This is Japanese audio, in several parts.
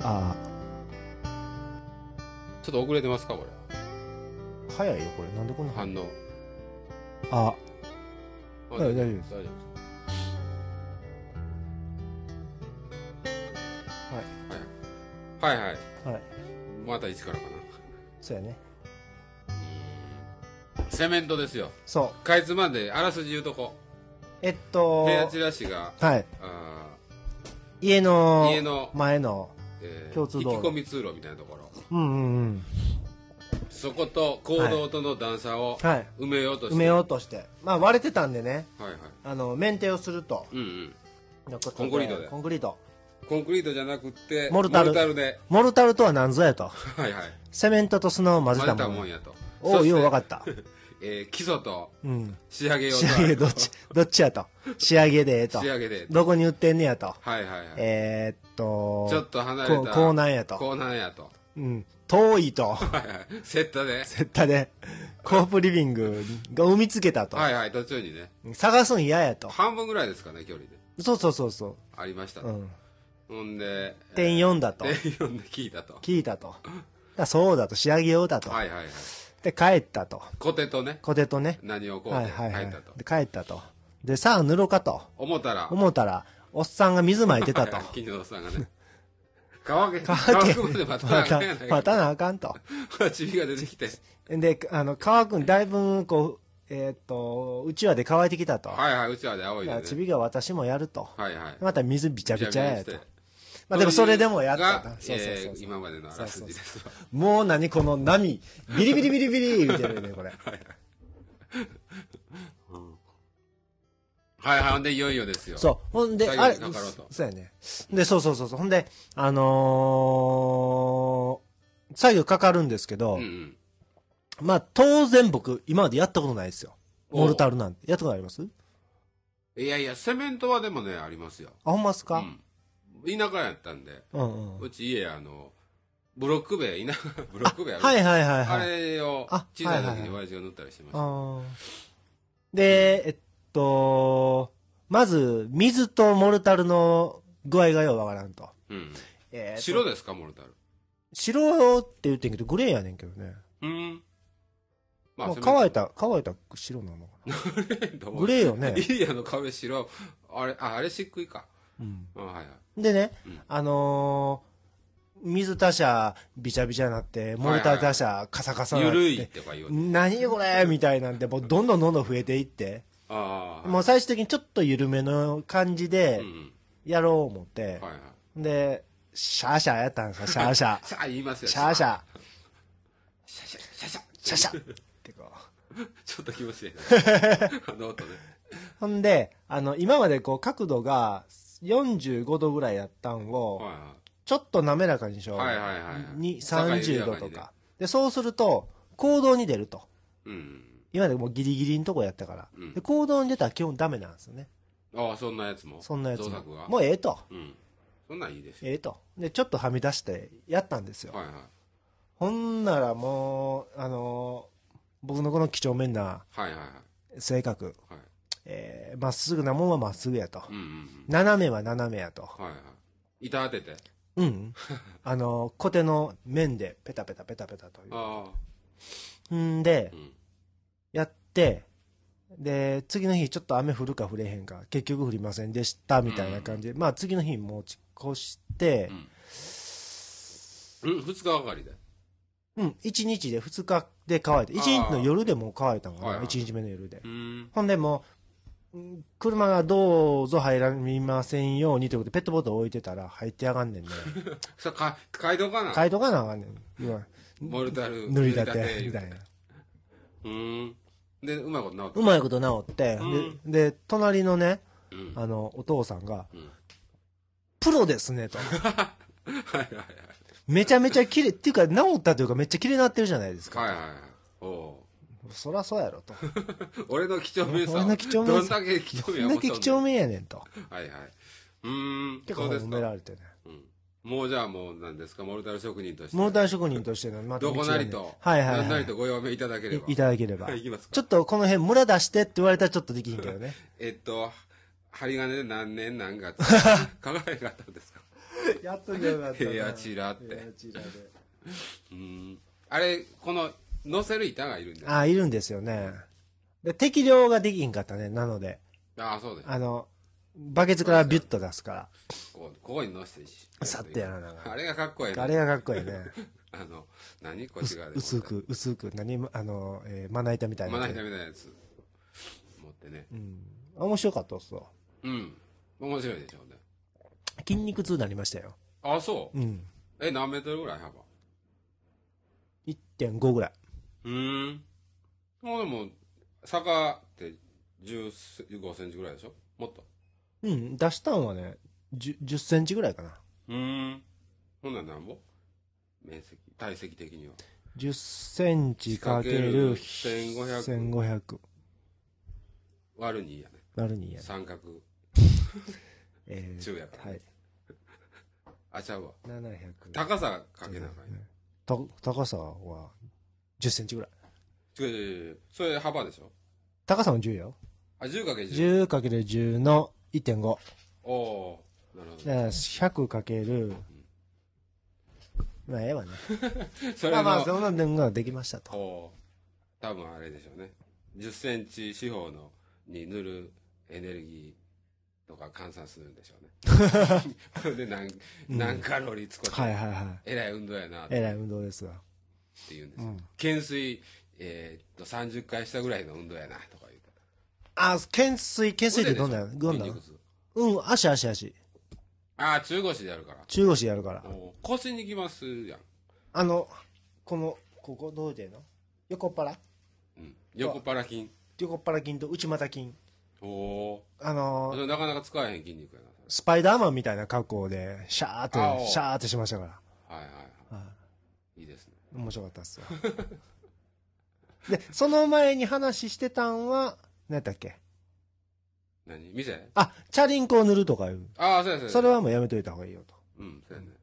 あちょっと遅れてますかこれ。 早いよこれ。なんでこんな反応。 あ大大丈夫です大丈夫です。はいはい。 はいまた一からかな。 そうやね。 セメントですよ。 そうかいつまんであらすじ言うとこ。部屋チラシが、 はいあ家の家の前の共通引き道路込み通路みたいなところ。 うんうんうんそこと行動との段差をはい埋めようとして、 埋めようとしてまあ割れてたんでねはいはい。 メンテをするとうんうん。 ココンクリートでコンクリートコンクリートじゃなくってモルタルで、 モルタルとは何ぞやとはいはい。 セメントと砂を混ぜ混ぜたもんたもんやと。 おうよう分かった基礎とうん仕上げようと。 仕上げどっちやと仕上げでええと仕上げで。 どこに売ってんねやとはいはいはい。 ちょちょっと離れた。 港南やと港南やと。 うん遠いとはいはい。セットで。 セッタでコープリビングが生みつけたとはいはい、途中にね。 探すん嫌やと半分ぐらいですかね、距離で。 そうそうそうそありましたと。 ううんほんで、 点4だと点4で聞いたと。 聞いたとそうだと仕上げようだとはいはいはい。 で帰ったとコテとね、 コテとね何をこうではいはいはい書いたと。 で帰ったとでさあ塗ろうかと思ったら、 思ったらおっさんが水まいてたと金城さんがね、乾くまで待たなあかんやないか。 待たなあかんとチビが出てきて。 で乾くんだいぶこううちわで乾いてきたとはいはい、うちわで青いでね。 ちびが私もやるとはいはい。 また水びちゃびちゃやとびゃびゃしてまあでもそれでもやったとがそうそうそうそう今までのあらすじですわ。 もう何この波ビリビリビリビリ言うてるねこれはいはい、ほんでいよいよですよ。 そうほんで作業にかかろうとそうやねでそうほんで作業かかるんですけど、 うんうん。 まあ当然僕今までやったことないですよおモルタルなんてやったことありますいやいや、セメントはでもね、ありますよ。 あほんまっすか、 うん。田舎やったんで、 うんうんうち家ブロック塀、ブロック塀ある。 はいはいはいあはいれをあ小さい時はいはいはいに親父が塗ったりしてました。 あーでまず水とモルタルの具合がようわからんと、 うん。 と白ですか、モルタル。 白って言ってんけどグレーやねんけどねうん。まもう乾いた白なのかなグレーよねイリアの壁白。あれ漆喰か。 うんあはいはい。 でね、 うん水他社びちゃびちゃになってモルタル他社カサカサになって、 ゆるいとか言うて。 何これみたいなんでもうどんどん増えていってああ。 もう最終的にちょっと緩めの感じでうん。 やろう思って、 はいはい。 でシャーシャーやったんですよシャーシャーさあ言いますよ。 シャーシャーシャシャシャシャシャシャってこうちょっと気持ちいいな。あの音ね。 ほんで今までこう角度が45度ぐらいやったんを、 はいはい。 ちょっと滑らかにしよう、 はいはいはいに坂緩 30 やかにね度とかでそうすると行動に出るとうん。 今までもうギリギリのとこやったから、 うんで行動に出たら基本ダメなんですよねああ、そんなやつも。 そんなやつ造作が。 もうええとうん。そんなんいいですよ。 ええとでちょっとはみ出してやったんですよ、 はいはい。 ほんならもう僕のこの几帳面なはいはいはい。 性格はい。 まっすぐなもんはまっすぐやと、 うんうんうん。 斜めは斜めやとはいはい。板当てて。 うんコテの面でペタペタペタペタというあんであ。うん。 やってで次の日ちょっと雨降るか降れへんか結局降りませんでしたみたいな感じで、まあ次の日持ち越してうん。二日がかりで。 1日で2日で乾いて1日の夜でもう乾いたんかな、 はいはい 1日目の夜で、 うん。 ほんでもう車がどうぞ入らみませんようにということでペットボトル置いてたら入ってやがんねんねさあ、買いとかな。 買いとかなあかんねんモルタル。 塗りたてみたいなうん。で、うまいこと直った。 うまいこと治って、 うんで隣のねうん。 お父さんがうん。 プロですねとはいはいめちゃめちゃ綺麗っていうか治ったというかめっちゃ綺麗になってるじゃないですか、 はい。はいはいはい。おうそらそうやろと俺の几帳面さ。 俺の几帳面さどんだけ几帳面どんだけ几帳面やねんとはいはい。 結構そうですか。 褒められてねうん。もうじゃあもう何ですか、モルタル職人として。 モルタル職人としてのまたどこなりと道がね、はいはい、 何なはいりとご用命いただければ。 いただければ、 はい、いきますか。 ちょっとこの辺村出してって言われたらちょっとできひんけどね針金で何年何月。輝かったんですか。 やっときゃよかったな。 ヘアチラってヘアチラで。 あれこの乗せる板がいるんですあ、いるんですよね。で、適量ができひんかったね。なので、 ああそうですバケツからビュッと出すから、 ここに乗せてさってやらながら。 あれがかっこいいねあれがかっこいいね。 何こっち側で薄く、まな板みたいな。 まな板みたいなやつ持ってね面白かったっすわ。 面白いでしょうね。 筋肉痛になりましたよ。 あそう、 うん。 何メートルぐらい幅？ 1.5 ぐらい。 もうでも坂って15センチぐらいでしょ？もっと出したんはね、10センチぐらいかな。 ほんなんなんぼ面積体積的には 10センチかける 1500割る2やね。 割る2やね。 三角中やから、 はい。 あちゃうわ 700。 高さかけなあかんね。 高さは10センチぐらい。 違うそれ幅でしょ？ 高さも10よ。 10×10 10×10 の 1.5。 おおなるほど。 だから100かける、まあええわね。 それのまあそんなのができましたと。 多分あれでしょうね。10センチ四方のに塗るエネルギーとか換算するんでしょうね。それで何カロリー使って、 はいはいはい。 えらい運動やなっえらい運動ですわ。 て言うんですよ。懸垂30回したぐらいの運動やなとか言うて。 懸垂ってどんなん足。 中腰でやるから。 中腰やるから。 腰にきますやん。 ここどうでの横っ腹横っ腹筋。 横っ腹筋と内股筋。なかなか使えへん筋肉やな。 スパイダーマンみたいな格好で、シャーってしましたから。 いいですね。 面白かったっすよ。で、その前に話してたんは、何やったっけ？ 店？ チャリンコを塗るとかいう。 そうそれはもうやめといた方がいいよと。 そうやね。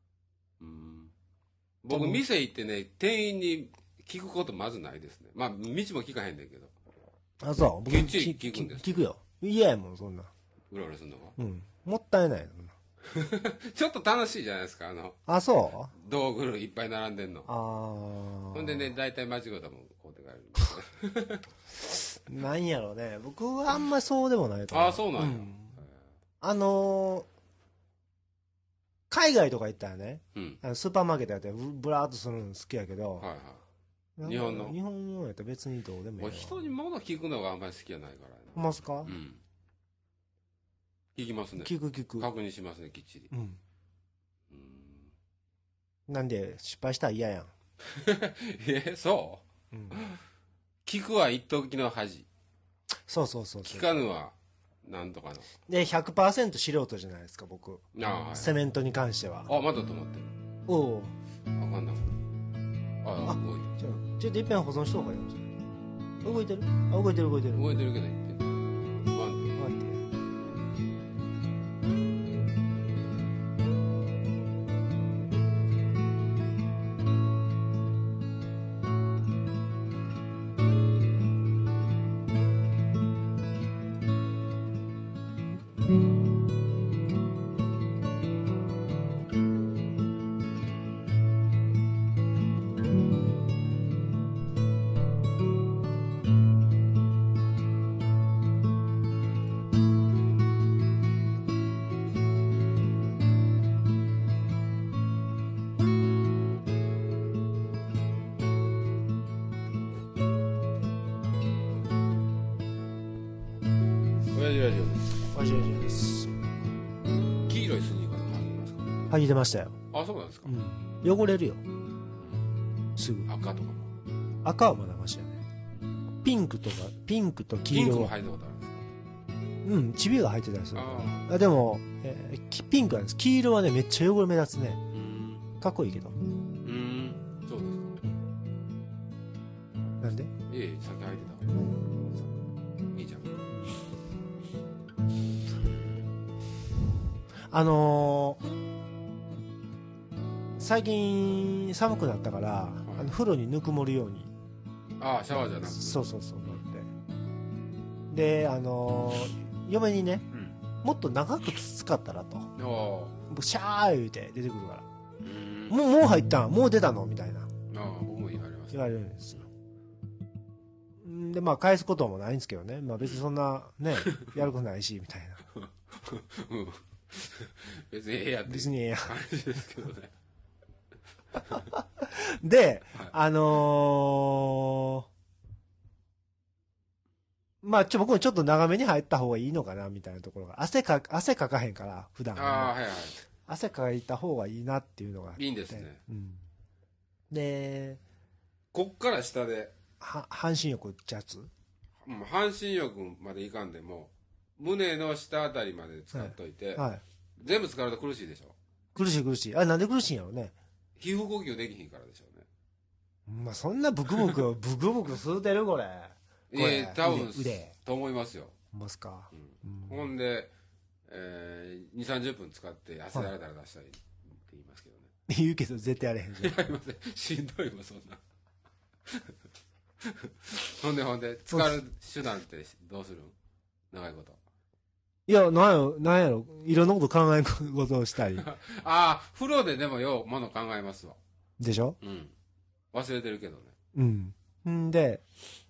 僕、店行ってね、店員に聞くことまずないですね。まあ、道も聞かへんねんけど。 そう。僕きっちり聞くんです。 聞くよ。嫌やもん、そんな。 うろうろするのが。 もったいない。 ちょっと楽しいじゃないですか、 そう道具類いっぱい並んでんの。ほんでね、大体間違うたもん買うて帰る。 なんやろうね。僕はあんまりそうでもないと思う。 そうなんや。海外とか行ったらね、スーパーマーケットやってブラーっとするの好きやけど、日本のやったら別にどうでもいいわ。 人に物聞くのがあんまり好きじゃないから。 ほんますか？ 聞きますね。 聞く。 確認しますね、きっちり。 なんで、失敗したら嫌やん。 そう？聞くは一時の恥。 そう。 聞かぬは、なんとかの。 で、100% 素人じゃないですか、僕。セメントに関しては。 まだ止まってる。あかんな。動いてる。 ちょっと一遍保存しとこうかよ。動いてるけど、 動いてるけど、言ってる。 待って。 親父ラジオです。黄色いスニーカーとか履きますか？ 履いてましたよ。 そうなんですか。 汚れるよ。すぐ。 赤とかも。 赤はまだましやね。ピンクと黄色。 ピンクも履いたことあるんですか？ チビが履いてたりする。でも、ピンクなんです。黄色はね、めっちゃ汚れ目立つね。かっこいいけど。 そうですか。 なんで？ さっき履いてた。いいじゃん。 最近寒くなったから、風呂にぬくもるように。 シャワーじゃなくて。 そうなって。で、嫁にね、 もっと長く使ったらと。 おシャー言うて出てくるから。 うんもう入ったんもう出たのみたいな。 僕も言われます言われるんですよ。で、まあ返すこともないんですけどね。まあ別にそんなね、やることないし、みたいな。 うん別にええやって別にええやん。 感じですけどねで、 はいまあ僕もちょっと長めに入った方がいいのかな、みたいなところが。汗かかへんから、普段は。 はいはい汗かいた方がいいなっていうのがあって。 いいんですね。 うん。で、 こっから下で半身浴ってやつ半身浴までいかんでも胸の下あたりまで使っといて、 はい。 全部使うと苦しいでしょ。 苦しい苦しい。あれなんで苦しいんやろうね。 皮膚呼吸できひんからでしょうね。 まあそんなブクブク、ブクブク吸うてるこれ。これ多分腕。 と思いますよ。 ますか。 ほんで、2、30分使って汗だらだら出したりって言いますけどね。 言うけど絶対やれへんじゃん。 やりません。しんどいもんそんな。ほんで、使う手段ってどうするん長いこと。 いや、なんやろ。いろんなこと考え事をしたり。 風呂ででもようもの考えますわ。 でしょ忘れてるけどね。 んで、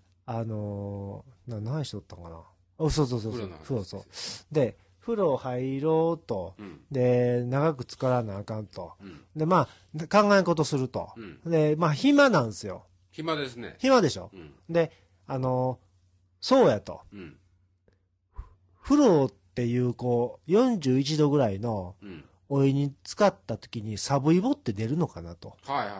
何しとったんかな。そう。風呂そう。で、風呂入ろうと。で、長く浸からなあかんと。で、まあ、考え事すると。で、まあ、暇なんですよ。 暇ですね。 暇でしょで、そうやと。風呂っていう41度ぐらいのお湯に浸かった時にサブイボって出るのかなと。 はい。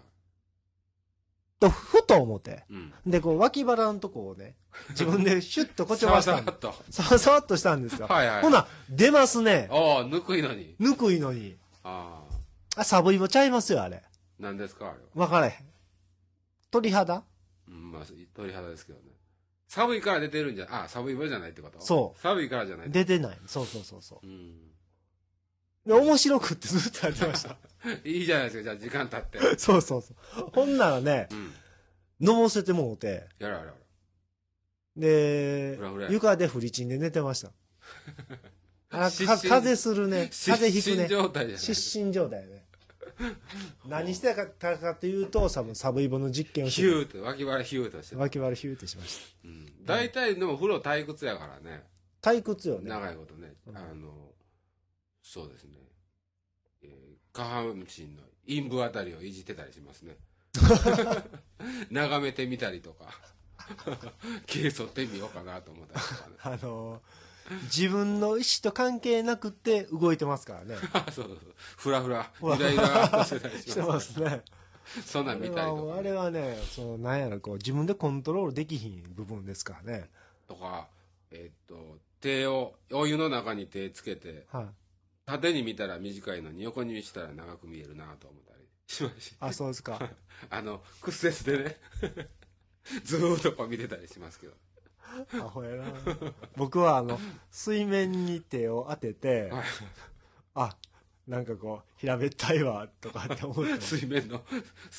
と、ふと思って。で、脇腹のとこをね、自分でシュッとこちょばしたんでさわっとしたんですよ。ほな、出ますね。 ぬくいのに。 ぬくいのに。サブイボちゃいますよ、あれ。 何ですかあれは。 わからへん。鳥肌まあ、鳥肌ですけどね。寒いから出てるんじゃ、寒いボじゃないってことそう。 寒いからじゃない。 出てない。そう。で、面白くってずっとやってました。 いいじゃないですか、じゃあ時間経って。 そう。ほんならね、のぼせてもうて。 やら。 で、床でフリチンで寝てました。風するね。風邪ひくね。 失神状態じゃない。 失神状態ね。何してたかというと、サブイボの実験をして。 ヒューって、脇腹ヒューとして。 脇腹ヒューってしました。 大体でも風呂退屈やからね。 退屈よね。 長いことね。そうですね。下半身の陰部あたりをいじってたりしますね。眺めてみたりとか。毛剃ってみようかなと思ったりとかね。 自分の意思と関係なくって動いてますからね。 そう。ふらふら、イライラとしてたりしてますね。 そんなん見たりとか。 あれはね、なんやろ、自分でコントロールできひん部分ですからね。 とか、手を、お湯の中に手つけて、縦に見たら短いのに横にしたら長く見えるなと思ったりしました。 そうですか。 屈折でね、ずーっとこう見てたりしますけど。 アホやな。僕は水面に手を当てて、なんか平べったいわとかって思って。 水面の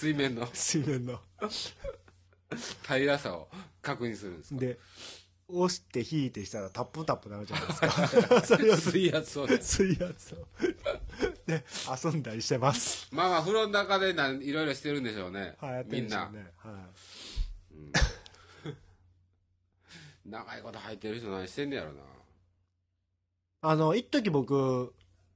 平らさを確認するんですか。 で、押して引いてしたらタップタップなるじゃないですか。それを水圧をね。 で、遊んだりしてます。 まあ風呂の中でいろいろしてるんでしょうね。みんな。長いこと入ってる人何してんねやろな。一時僕、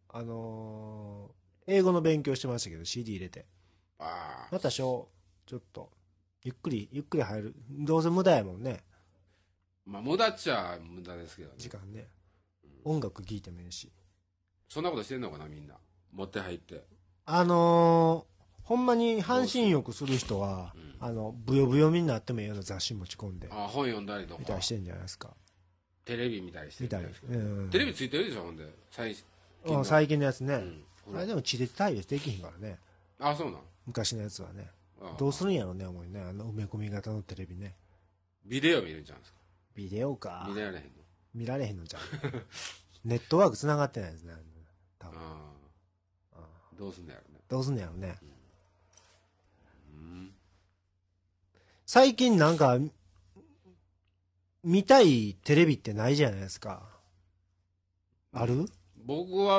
英語の勉強してましたけど、CD 入れて。またちょっと、ゆっくり入る。どうせ無駄やもんね。 まあ無駄っちゃ無駄ですけどね。 時間ね。音楽聴いてもいいし。 そんなことしてんのかな、みんな。持って入って。 ほんまに半身浴する人は、ブヨブヨになってもいいような雑誌持ち込んで。 本読んだりとか。 見たりしてんじゃないですか。 テレビ見たりしてる。テレビついてるでしょ、ほんで。 最近のやつね。あれでも地で対応できひんからね。 そうなん。 昔のやつはね。どうするんやろね、思いね。埋め込み型のテレビね。 ビデオ見るんじゃんすか。 ビデオか。 見られへんの。 見られへんのじゃん。ネットワーク繋がってないですね。多分。 どうすんのやろね。 どうすんのやろね。最近なんか、見たいテレビってないじゃないですか。 ある？ 僕は、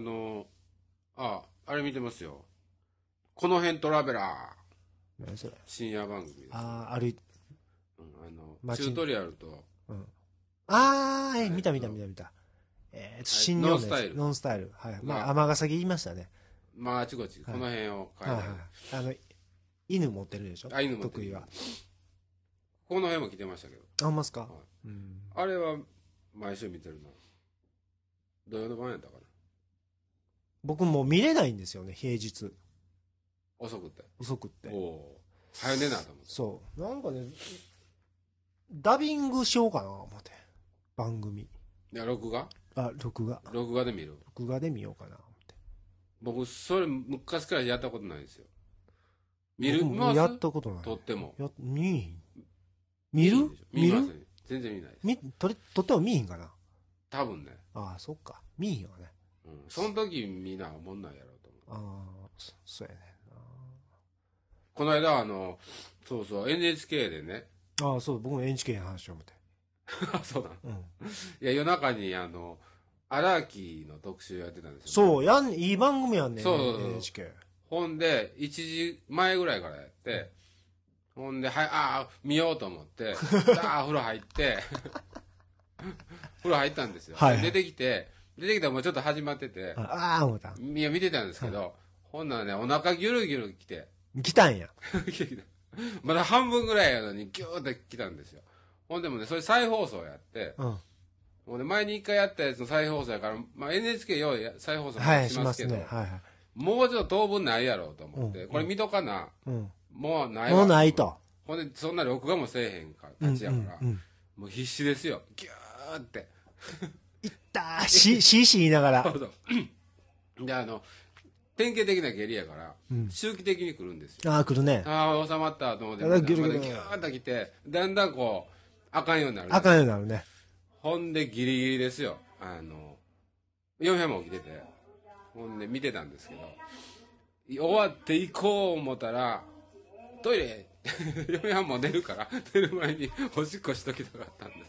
あれ見てますよ。この辺トラベラー。 何それ？ 深夜番組です。 ああ、歩い、 チュートリアルと、 うん。ああ、見た。新日本のやつ。 ノンスタイル。 ノンスタイル。はい。まあ、 ま尼崎言いましたね。 まあ、あちこち、この辺を変えはいて、 はい。犬持ってるでしょ？ 犬持ってる。 得意は。 この辺も来てましたけど。 あんますか？ はいうん。 あれは毎週見てるな。土曜の晩やったかな。 僕もう見れないんですよね、平日。 遅くって。 遅くってお。お。早寝なと思って。 そう。なんかね、ダビングしようかな、思って。番組。 いや、録画録画。 録画で見る。 録画で見ようかな、思って。 僕、それ昔からやったことないですよ。見る？ 僕もやったことない。 撮っても。 見る？ 見ません。全然見ないです。 撮っても見ひんかな。 多分ね。 ああ、そっか。見ひんよね。 うん。その時みんな思んないやろうと思う。 ああ、そうやね。 この間、そうそう、NHK でね。 ああ、そう、僕も NHK の話を思って。 あ、そうだ。 うん。 いや、夜中に、荒木の特集やってたんですそよ、 う、いい番組やんねん、 そうそうそう NHK。 ほんで、1時前ぐらいからやって、ほんで、見ようと思って、風呂入って、風呂入ったんですよ。 はい出てきたらもうちょっと始まってて、 ああ、思った。 いや、見てたんですけど、ほんならね、お腹ギュルギュル来て、 来たんや。 まだ半分ぐらいやのにギューって来たんですよ。ほんでもね、それ再放送やって、 うん。 ほんで前に一回やったやつの再放送やから、まあ、NHK よう再放送はい、ししまけど、 ますすね。はいはい。 もうちょっと当分ないやろうと思って、 うんこれ見とかな、 うん。 もうないわ。 もうないと。 ほんで、そんな録画もせえへんかたちやから、 うん。 もう必死ですよ。ギューって。 いったー、し言いながら。 そうそうで、典型的な下痢やから、 うん周期的に来るんですよ。 ああ、来るね。 ああ、収まったと思って、 ギまたギュルギュルューッと来て、だんだんこう、あかんようになる。 あかんようになるね。 ほんで、ギリギリですよ。嫁も起きてて、ほんで見てたんですけど、終わって行こう思ったら、トイレ嫁はんも寝るから、寝る前におしっこしときたかったんです。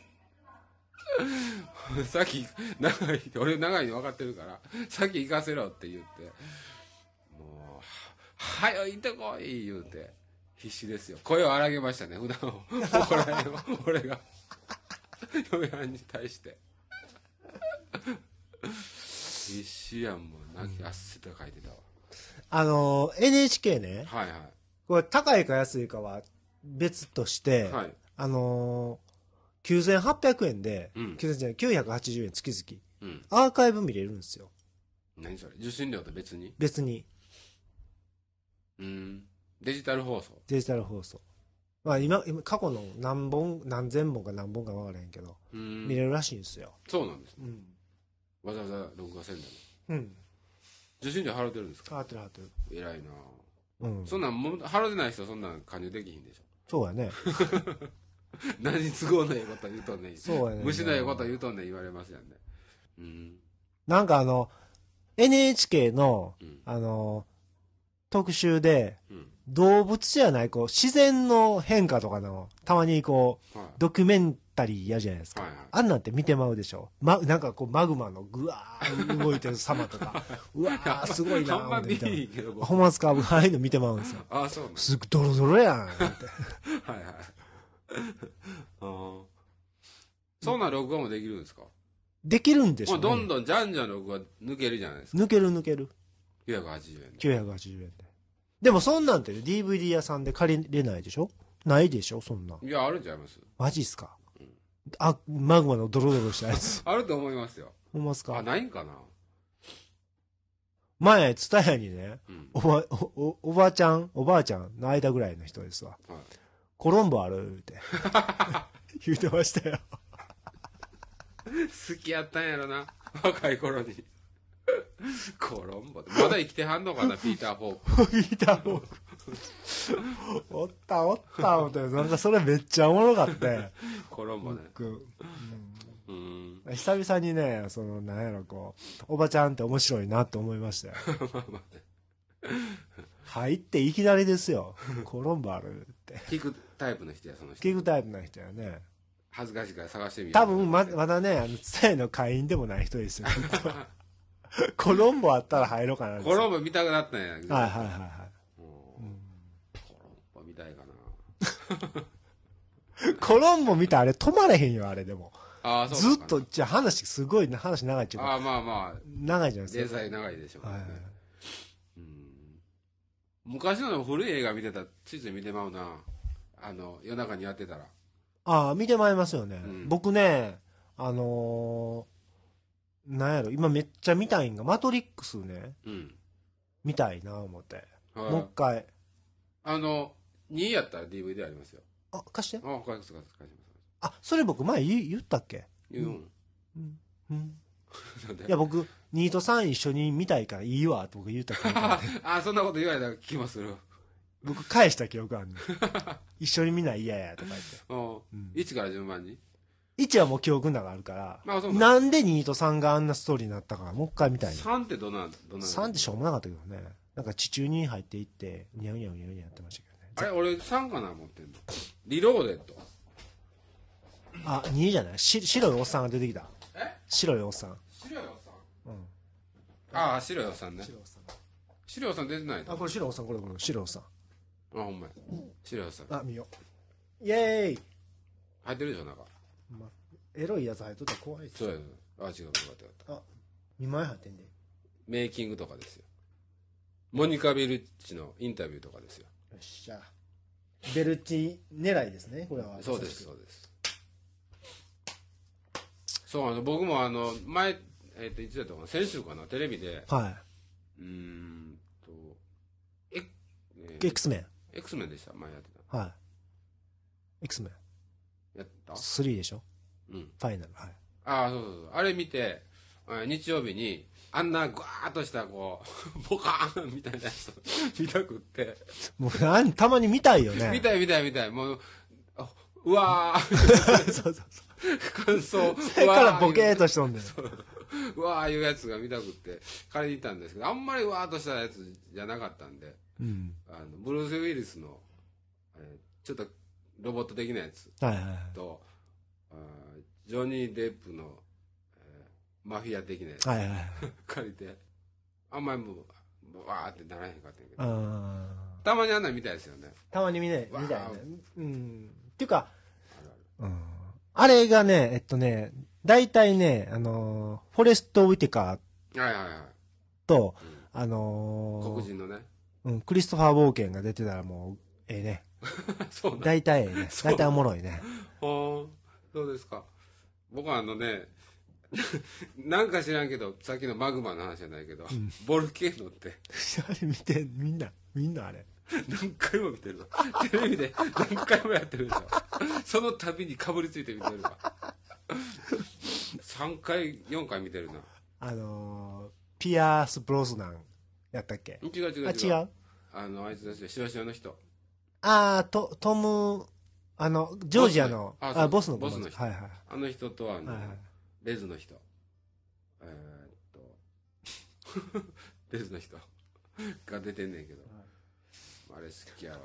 さっき、俺長いの分かってるから、さっき行かせろって言って、もう、はよ行ってこい言うて、必死ですよ。声を荒げましたね、普段を。俺が、嫁はんに対して。必死やん、もう、泣き汗とかいてたわ。 NHK ね。 はいはい。 これ高いか安いかは別として、 はい。 9800円で、 うん 980円月々。 うん。 アーカイブ見れるんですよ。 何それ受信料と別に別に。 デジタル放送。 デジタル放送。まあ今過去の何千本か何本か分からへんけど、見れるらしいんですよ。 そうなんですね。 うん。 わざわざ録画せんでも。 うん。 受信料払ってるんですか？ 払ってる払ってる。 偉いなうん。 そんなんもう払ってない人そんなん加入できひんでしょ。 そうやね。 何都合のええこと言うとんねん。 そうやね。 虫のええこと言うとんねん言われますやんね。 なんかNHK の、 うん特集で、 うん動物じゃない、自然の変化とかの、たまにはいドキュメンタリーやじゃないですか。 はいはいあんなんって見てまうでしょ。なんかマグマのぐわー動いてる様とか、うわーすごいなーあんま見って見てまういいけど僕ほんまですか？ああいうの見てまうんですよ。 ああそうなんすぐドロドロやんって。 はいはいそんな録画もできるんですか？ できるんでしょもうどんどんじゃんじゃん録画抜けるじゃないですか。 抜ける。 980円で。 980円で。でもそんなんて DVD 屋さんで借りれないでしょ？ないでしょそんなん。 いやあるんちゃいます？ マジっすか？マグマのドロドロしたやつ。 あると思いますよ。 ほんまっすか？ ないんかな。 前、ツタヤにね、 うんおばあちゃんの間ぐらいの人ですわ。 はいコロンボある言うて。言うてましたよ。 好きやったんやろな若い頃にコロンボってまだ生きてはんのかなピーター・フォーク。 ピーターフォーク。おった思ってなんかそれめっちゃおもろかってコロンボね。 僕うん久々にねなんやろおばちゃんって面白いなって思いましたよ。入っていきなりですよ。コロンボあるって聞くタイプの人やその人。 聞くタイプな人やね。 恥ずかしいから探してみる。 多分まだね、ツタヤの会員でもない人ですよ。コロンボあったら入ろうかな。 コロンボ見たくなったんや。 はいはいはいはい。 コロンボ見たいかな。 コロンボ見たらあれ止まれへんよ、あれでも。 ああ、そうずっと、じゃあすごい話長いっていうか。 ああ、まあまあ。 長いじゃないですか。 連載長いでしょうね。 はいはい。 昔の古い映画見てたら、ついつい見てまうな。夜中にやってたら。 ああ、見てまいりますよね。僕ね、なんやろ、今めっちゃ見たいんが、マトリックスね、見たいな思って。もう一回。 2やったら DVD ありますよ。 あ、貸して。 あ、貸します。 あ、それ僕前言ったっけ？いや、僕、2と3一緒に見たいからいいわって僕言った記憶ある。 あ、そんなこと言われたら聞きまする。 僕返した記憶あるね。一緒に見ない嫌やとか言って。 1から順番に 1はもう記憶の中あるから、なんで2と3があんなストーリーになったか、もう一回見たいな。 3ってどんな 3ってしょうもなかったけどね。なんか地中に入っていって、うにゃうにゃうにゃうにゃやってましたけどね。 あれ、俺3かな思ってんの。リローデッド。 あ、2じゃない？白いおっさんが出てきた。白いおっさん。 白いおっさん？ああ、白いおっさんね。白いおっさん出てないの？ あ、これ白いおっさん、これ白いおっさん。 あ、ほんまや。白いおっさん。 あ、見よう。イェーイ！ 入ってるでしょ、なんか。 エロいやつ入っとったら怖いっす。 そうや。あ、違う、よかった。 あ、2枚入ってんで。 メイキングとかですよ。モニカ・ベルッチのインタビューとかですよ。 よっしゃ。ベルッチ狙いですね、これは。 そうです。そう、僕も前、いつだったかな、先週かな、テレビで、 はい。X メン。 X メンでした、前やってた。 はい。X メン。 やった ?3 でしょ？ うん。 ファイナル。はい。 ああ、そう。あれ見て、日曜日に、あんなグワーっとした、こう、ボカーンみたいなやつ見たくって。 もうたまに見たいよね。 見たい。もう、うわー。 そう。 感想。 それからボケーっとしとんねん。 うわーいうやつが見たくって借りに行ったんですけど、あんまりうわーっとしたやつじゃなかったんで、ブルース・ウィリスの、ちょっとロボット的なやつと、ジョニー・デップの、マフィア的なやつ、借りて、あんまりもうわーってならへんかったんやけど、たまにあんな見たいですよね。 たまに見たいね。っていうか、あれがね、大体ね、フォレスト・ウィテカーと、 黒人のね、 クリストファー・ウォーケンが出てたらもう、ええね。大体ええね。大体おもろいね。 そうですか。僕はなんか知らんけど、さっきのマグマの話じゃないけど、ボルケーノって。 あれ見て、みんなあれ。 何回も見てるわ。テレビで何回もやってるでしょ。その度にかぶりついて見てるわ。3回、4回見てるな。 ピアース・ブロスナンやったっけ？ 違う。あ、 違う？ あいつですよ、シワシワの人。 トム、ジョージアの、ボスの人。 はいはい。 あの人とレズの人。レズの人が出てんねんけど。あれ好きやわ。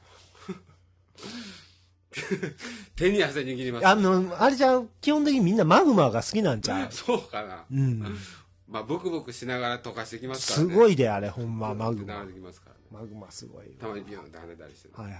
手に汗握ります。 あれじゃ基本的にみんなマグマが好きなんちゃう？ そうかな。まあ、ブクブクしながら溶かしてきますからね。 すごいで、あれ、ほんま、マグマ。 流れてきますからね。 マグマすごい。 たまにビヨンって跳ねたりして。 はい。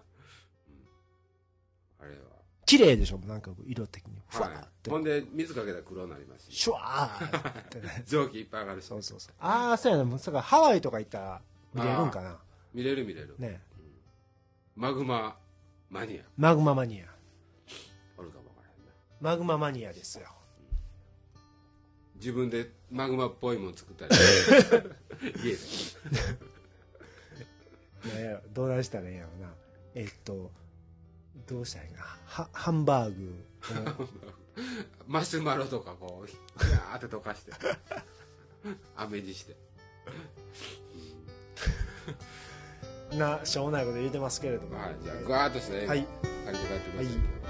あれは。 綺麗でしょ、なんか色的に。ふわーって。 ほんで、水かけたら黒になりますし。 シュワーってね。 蒸気いっぱい上がるし。 そう。そうやな。だからハワイとか行ったら見れるんかな。 見れる。 ね。 マグママニア。 マグママニア。 おるかもわからへんな。 マグママニアですよ。 自分でマグマっぽいもん作ったり。家で。 どうなんしたらいいんやろな。どうしたらいいな。ハンバーグ。 マシュマロとかこう、ギャーって溶かして。飴にして。 しょうもないこと言うてますけれども。 はい、じゃあ、ガーッとした映画、借りて帰ってください。